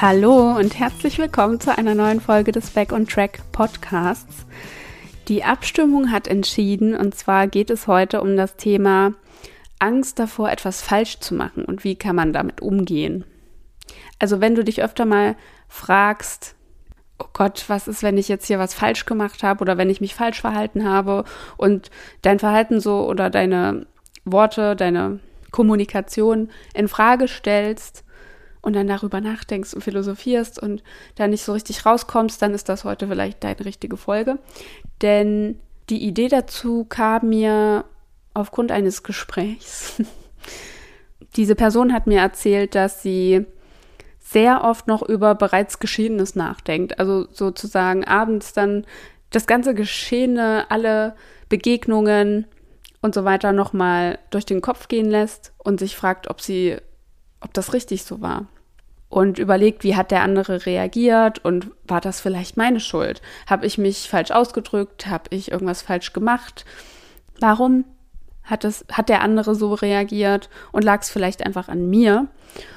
Hallo und herzlich willkommen zu einer neuen Folge des Back on Track Podcasts. Die Abstimmung hat entschieden, und zwar geht es heute um das Thema Angst davor, etwas falsch zu machen und wie kann man damit umgehen. Also wenn du dich öfter mal fragst, oh Gott, was ist, wenn ich jetzt hier was falsch gemacht habe oder wenn ich mich falsch verhalten habe und dein Verhalten so oder deine Worte, deine Kommunikation in Frage stellst und dann darüber nachdenkst und philosophierst und da nicht so richtig rauskommst, dann ist das heute vielleicht deine richtige Folge. Denn die Idee dazu kam mir aufgrund eines Gesprächs. Diese Person hat mir erzählt, dass sie sehr oft noch über bereits Geschehenes nachdenkt. Also sozusagen abends dann das ganze Geschehene, alle Begegnungen und so weiter nochmal durch den Kopf gehen lässt und sich fragt, ob das richtig so war. Und überlegt, wie hat der andere reagiert und war das vielleicht meine Schuld? Habe ich mich falsch ausgedrückt? Habe ich irgendwas falsch gemacht? Warum hat der andere so reagiert und lag es vielleicht einfach an mir?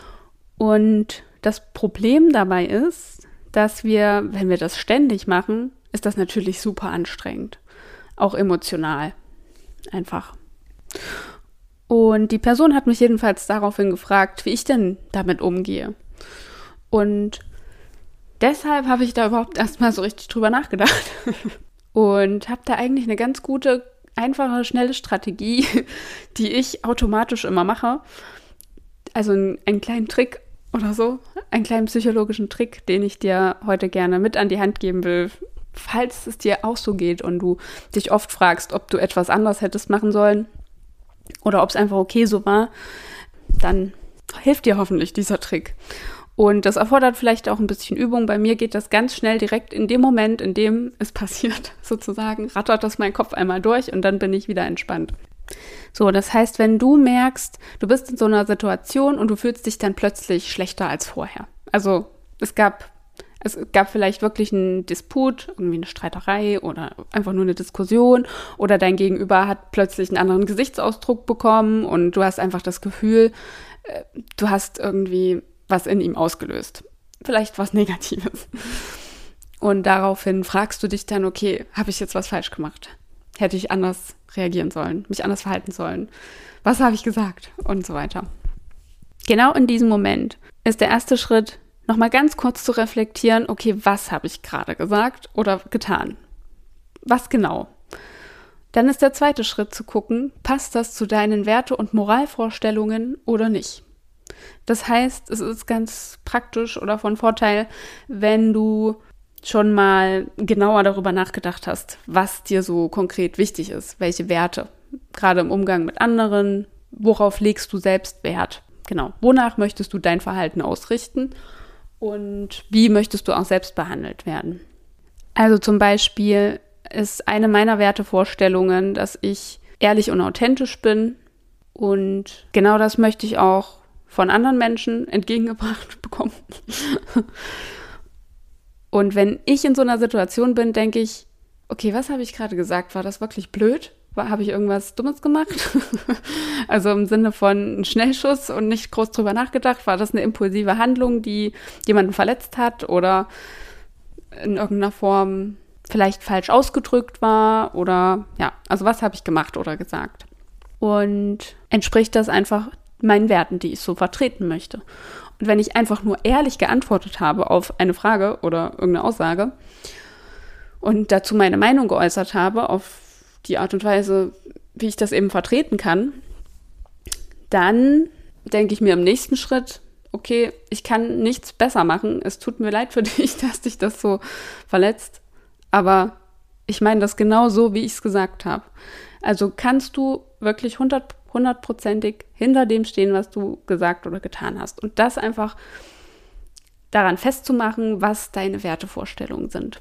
Und das Problem dabei ist, dass wenn wir das ständig machen, ist das natürlich super anstrengend. Auch emotional. Einfach. Und die Person hat mich jedenfalls daraufhin gefragt, wie ich denn damit umgehe. Und deshalb habe ich da überhaupt erstmal so richtig drüber nachgedacht. Und habe da eigentlich eine ganz gute, einfache, schnelle Strategie, die ich automatisch immer mache. Also einen kleinen Trick oder so, einen kleinen psychologischen Trick, den ich dir heute gerne mit an die Hand geben will, falls es dir auch so geht und du dich oft fragst, ob du etwas anders hättest machen sollen oder ob es einfach okay so war, dann hilft dir hoffentlich dieser Trick. Und das erfordert vielleicht auch ein bisschen Übung. Bei mir geht das ganz schnell direkt in dem Moment, in dem es passiert, sozusagen, rattert das mein Kopf einmal durch und dann bin ich wieder entspannt. So, das heißt, wenn du merkst, du bist in so einer Situation und du fühlst dich dann plötzlich schlechter als vorher. Also es gab vielleicht wirklich einen Disput, irgendwie eine Streiterei oder einfach nur eine Diskussion oder dein Gegenüber hat plötzlich einen anderen Gesichtsausdruck bekommen und du hast einfach das Gefühl, du hast irgendwie was in ihm ausgelöst. Vielleicht was Negatives. Und daraufhin fragst du dich dann, okay, habe ich jetzt was falsch gemacht? Hätte ich anders reagieren sollen, mich anders verhalten sollen? Was habe ich gesagt? Und so weiter. Genau in diesem Moment ist der erste Schritt, nochmal ganz kurz zu reflektieren, okay, was habe ich gerade gesagt oder getan? Was genau? Dann ist der zweite Schritt zu gucken, passt das zu deinen Werte- und Moralvorstellungen oder nicht? Das heißt, es ist ganz praktisch oder von Vorteil, wenn du schon mal genauer darüber nachgedacht hast, was dir so konkret wichtig ist, welche Werte, gerade im Umgang mit anderen, worauf legst du selbst Wert? Genau, wonach möchtest du dein Verhalten ausrichten und wie möchtest du auch selbst behandelt werden? Also zum Beispiel ist eine meiner Wertevorstellungen, dass ich ehrlich und authentisch bin und genau das möchte ich auch von anderen Menschen entgegengebracht bekommen. Und wenn ich in so einer Situation bin, denke ich, okay, was habe ich gerade gesagt? War das wirklich blöd? Habe ich irgendwas Dummes gemacht? Also im Sinne von ein Schnellschuss und nicht groß drüber nachgedacht. War das eine impulsive Handlung, die jemanden verletzt hat oder in irgendeiner Form vielleicht falsch ausgedrückt war? Oder ja, also was habe ich gemacht oder gesagt? Und entspricht das einfach meinen Werten, die ich so vertreten möchte? Und wenn ich einfach nur ehrlich geantwortet habe auf eine Frage oder irgendeine Aussage und dazu meine Meinung geäußert habe, auf die Art und Weise, wie ich das eben vertreten kann, dann denke ich mir im nächsten Schritt, okay, ich kann nichts besser machen. Es tut mir leid für dich, dass dich das so verletzt, aber ich meine das genau so, wie ich es gesagt habe. Also kannst du wirklich hundertprozentig hinter dem stehen, was du gesagt oder getan hast. Und das einfach daran festzumachen, was deine Wertevorstellungen sind.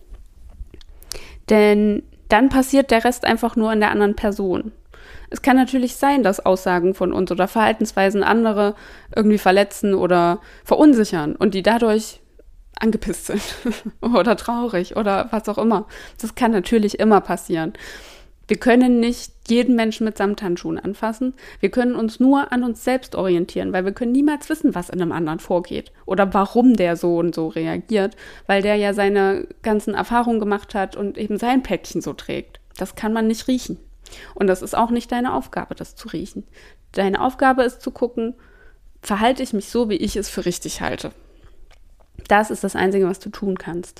Denn dann passiert der Rest einfach nur in der anderen Person. Es kann natürlich sein, dass Aussagen von uns oder Verhaltensweisen andere irgendwie verletzen oder verunsichern und die dadurch angepisst sind oder traurig oder was auch immer. Das kann natürlich immer passieren. Wir können nicht jeden Menschen mit Samthandschuhen anfassen. Wir können uns nur an uns selbst orientieren, weil wir können niemals wissen, was in einem anderen vorgeht oder warum der so und so reagiert, weil der ja seine ganzen Erfahrungen gemacht hat und eben sein Päckchen so trägt. Das kann man nicht riechen. Und das ist auch nicht deine Aufgabe, das zu riechen. Deine Aufgabe ist zu gucken, verhalte ich mich so, wie ich es für richtig halte. Das ist das Einzige, was du tun kannst.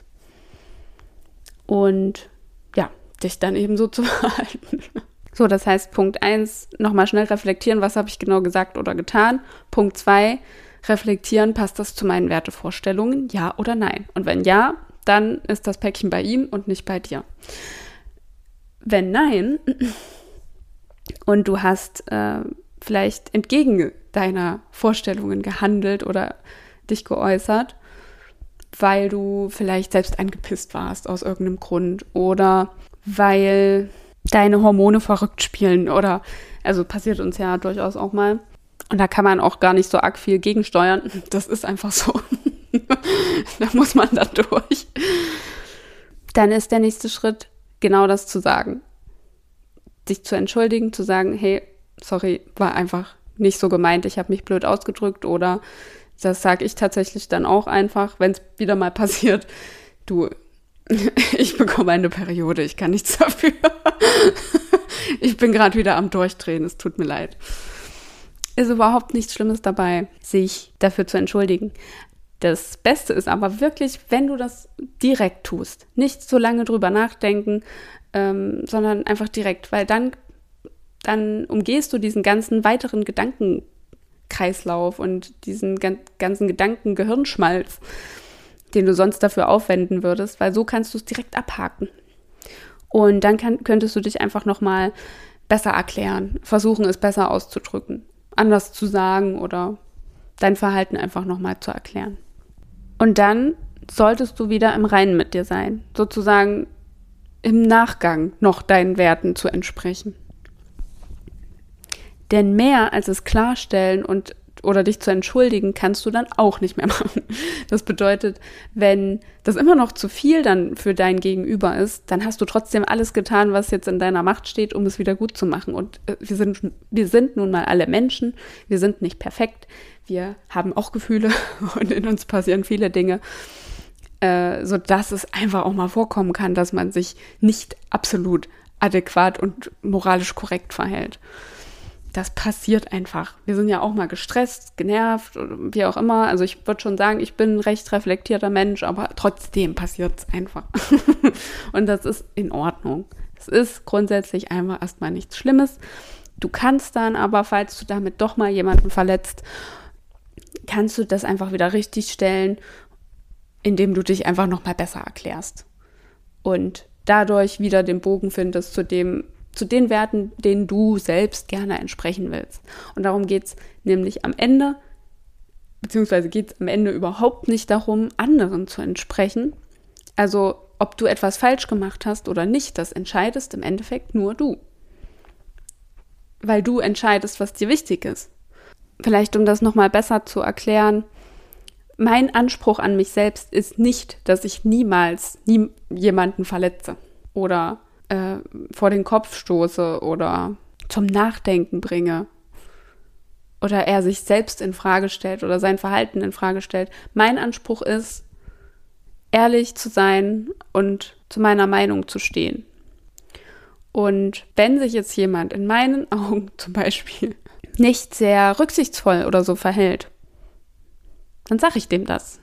Und ja, dich dann eben so zu verhalten. So, das heißt, Punkt 1, nochmal schnell reflektieren, was habe ich genau gesagt oder getan. Punkt 2, reflektieren, passt das zu meinen Wertevorstellungen, ja oder nein? Und wenn ja, dann ist das Päckchen bei ihm und nicht bei dir. Wenn nein, und du hast vielleicht entgegen deiner Vorstellungen gehandelt oder dich geäußert, weil du vielleicht selbst angepisst warst aus irgendeinem Grund oder weil deine Hormone verrückt spielen oder, also passiert uns ja durchaus auch mal. Und da kann man auch gar nicht so arg viel gegensteuern. Das ist einfach so. Da muss man dann durch. Dann ist der nächste Schritt, genau das zu sagen. Dich zu entschuldigen, zu sagen, hey, sorry, war einfach nicht so gemeint, ich habe mich blöd ausgedrückt oder das sage ich tatsächlich dann auch einfach, wenn es wieder mal passiert, du, ich bekomme eine Periode, ich kann nichts dafür. Ich bin gerade wieder am Durchdrehen, es tut mir leid. Ist überhaupt nichts Schlimmes dabei, sich dafür zu entschuldigen. Das Beste ist aber wirklich, wenn du das direkt tust, nicht so lange drüber nachdenken, sondern einfach direkt, weil dann umgehst du diesen ganzen weiteren Gedankenkreislauf und diesen ganzen Gedanken-Gehirnschmalz, den du sonst dafür aufwenden würdest, weil so kannst du es direkt abhaken. Und dann könntest du dich einfach nochmal besser erklären, versuchen es besser auszudrücken, anders zu sagen oder dein Verhalten einfach nochmal zu erklären. Und dann solltest du wieder im Reinen mit dir sein, sozusagen im Nachgang noch deinen Werten zu entsprechen. Denn mehr als es klarstellen oder dich zu entschuldigen, kannst du dann auch nicht mehr machen. Das bedeutet, wenn das immer noch zu viel dann für dein Gegenüber ist, dann hast du trotzdem alles getan, was jetzt in deiner Macht steht, um es wieder gut zu machen. Und wir sind nun mal alle Menschen, wir sind nicht perfekt, wir haben auch Gefühle und in uns passieren viele Dinge, sodass es einfach auch mal vorkommen kann, dass man sich nicht absolut adäquat und moralisch korrekt verhält. Das passiert einfach. Wir sind ja auch mal gestresst, genervt oder wie auch immer. Also ich würde schon sagen, ich bin ein recht reflektierter Mensch, aber trotzdem passiert es einfach. Und das ist in Ordnung. Es ist grundsätzlich einfach erstmal nichts Schlimmes. Du kannst dann aber, falls du damit doch mal jemanden verletzt, kannst du das einfach wieder richtig stellen, indem du dich einfach nochmal besser erklärst. Und dadurch wieder den Bogen findest zu den Werten, denen du selbst gerne entsprechen willst. Und darum geht es nämlich am Ende, beziehungsweise geht es am Ende überhaupt nicht darum, anderen zu entsprechen. Also ob du etwas falsch gemacht hast oder nicht, das entscheidest im Endeffekt nur du. Weil du entscheidest, was dir wichtig ist. Vielleicht, um das nochmal besser zu erklären, mein Anspruch an mich selbst ist nicht, dass ich niemals jemanden verletze oder vor den Kopf stoße oder zum Nachdenken bringe oder er sich selbst in Frage stellt oder sein Verhalten in Frage stellt. Mein Anspruch ist, ehrlich zu sein und zu meiner Meinung zu stehen. Und wenn sich jetzt jemand in meinen Augen zum Beispiel nicht sehr rücksichtsvoll oder so verhält, dann sage ich dem das.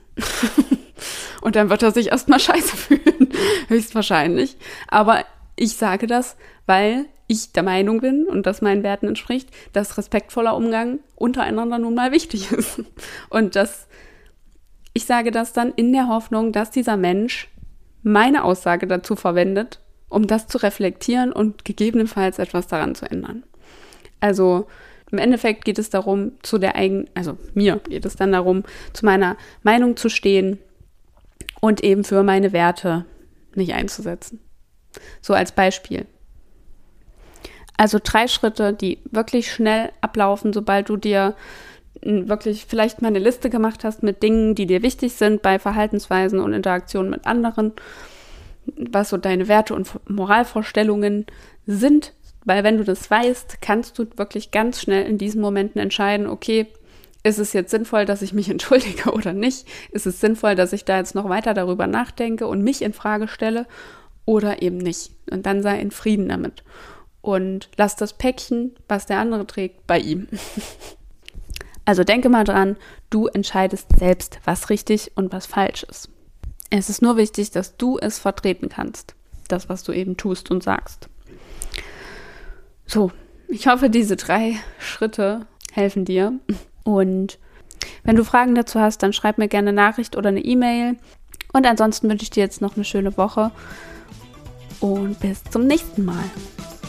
Und dann wird er sich erstmal scheiße fühlen, höchstwahrscheinlich. Aber ich sage das, weil ich der Meinung bin und das meinen Werten entspricht, dass respektvoller Umgang untereinander nun mal wichtig ist. Und ich sage das dann in der Hoffnung, dass dieser Mensch meine Aussage dazu verwendet, um das zu reflektieren und gegebenenfalls etwas daran zu ändern. Also im Endeffekt geht es darum, mir geht es dann darum, zu meiner Meinung zu stehen und eben für meine Werte nicht einzusetzen. So als Beispiel. Also 3 Schritte, die wirklich schnell ablaufen, sobald du dir wirklich vielleicht mal eine Liste gemacht hast mit Dingen, die dir wichtig sind bei Verhaltensweisen und Interaktionen mit anderen. was so deine Werte und Moralvorstellungen sind, weil wenn du das weißt, kannst du wirklich ganz schnell in diesen Momenten entscheiden, okay, ist es jetzt sinnvoll, dass ich mich entschuldige oder nicht? Ist es sinnvoll, dass ich da jetzt noch weiter darüber nachdenke und mich in Frage stelle oder eben nicht? Und dann sei in Frieden damit. Und lass das Päckchen, was der andere trägt, bei ihm. Also denke mal dran, du entscheidest selbst, was richtig und was falsch ist. Es ist nur wichtig, dass du es vertreten kannst. Das, was du eben tust und sagst. So, ich hoffe, diese 3 Schritte helfen dir. Und wenn du Fragen dazu hast, dann schreib mir gerne eine Nachricht oder eine E-Mail. Und ansonsten wünsche ich dir jetzt noch eine schöne Woche. Und bis zum nächsten Mal.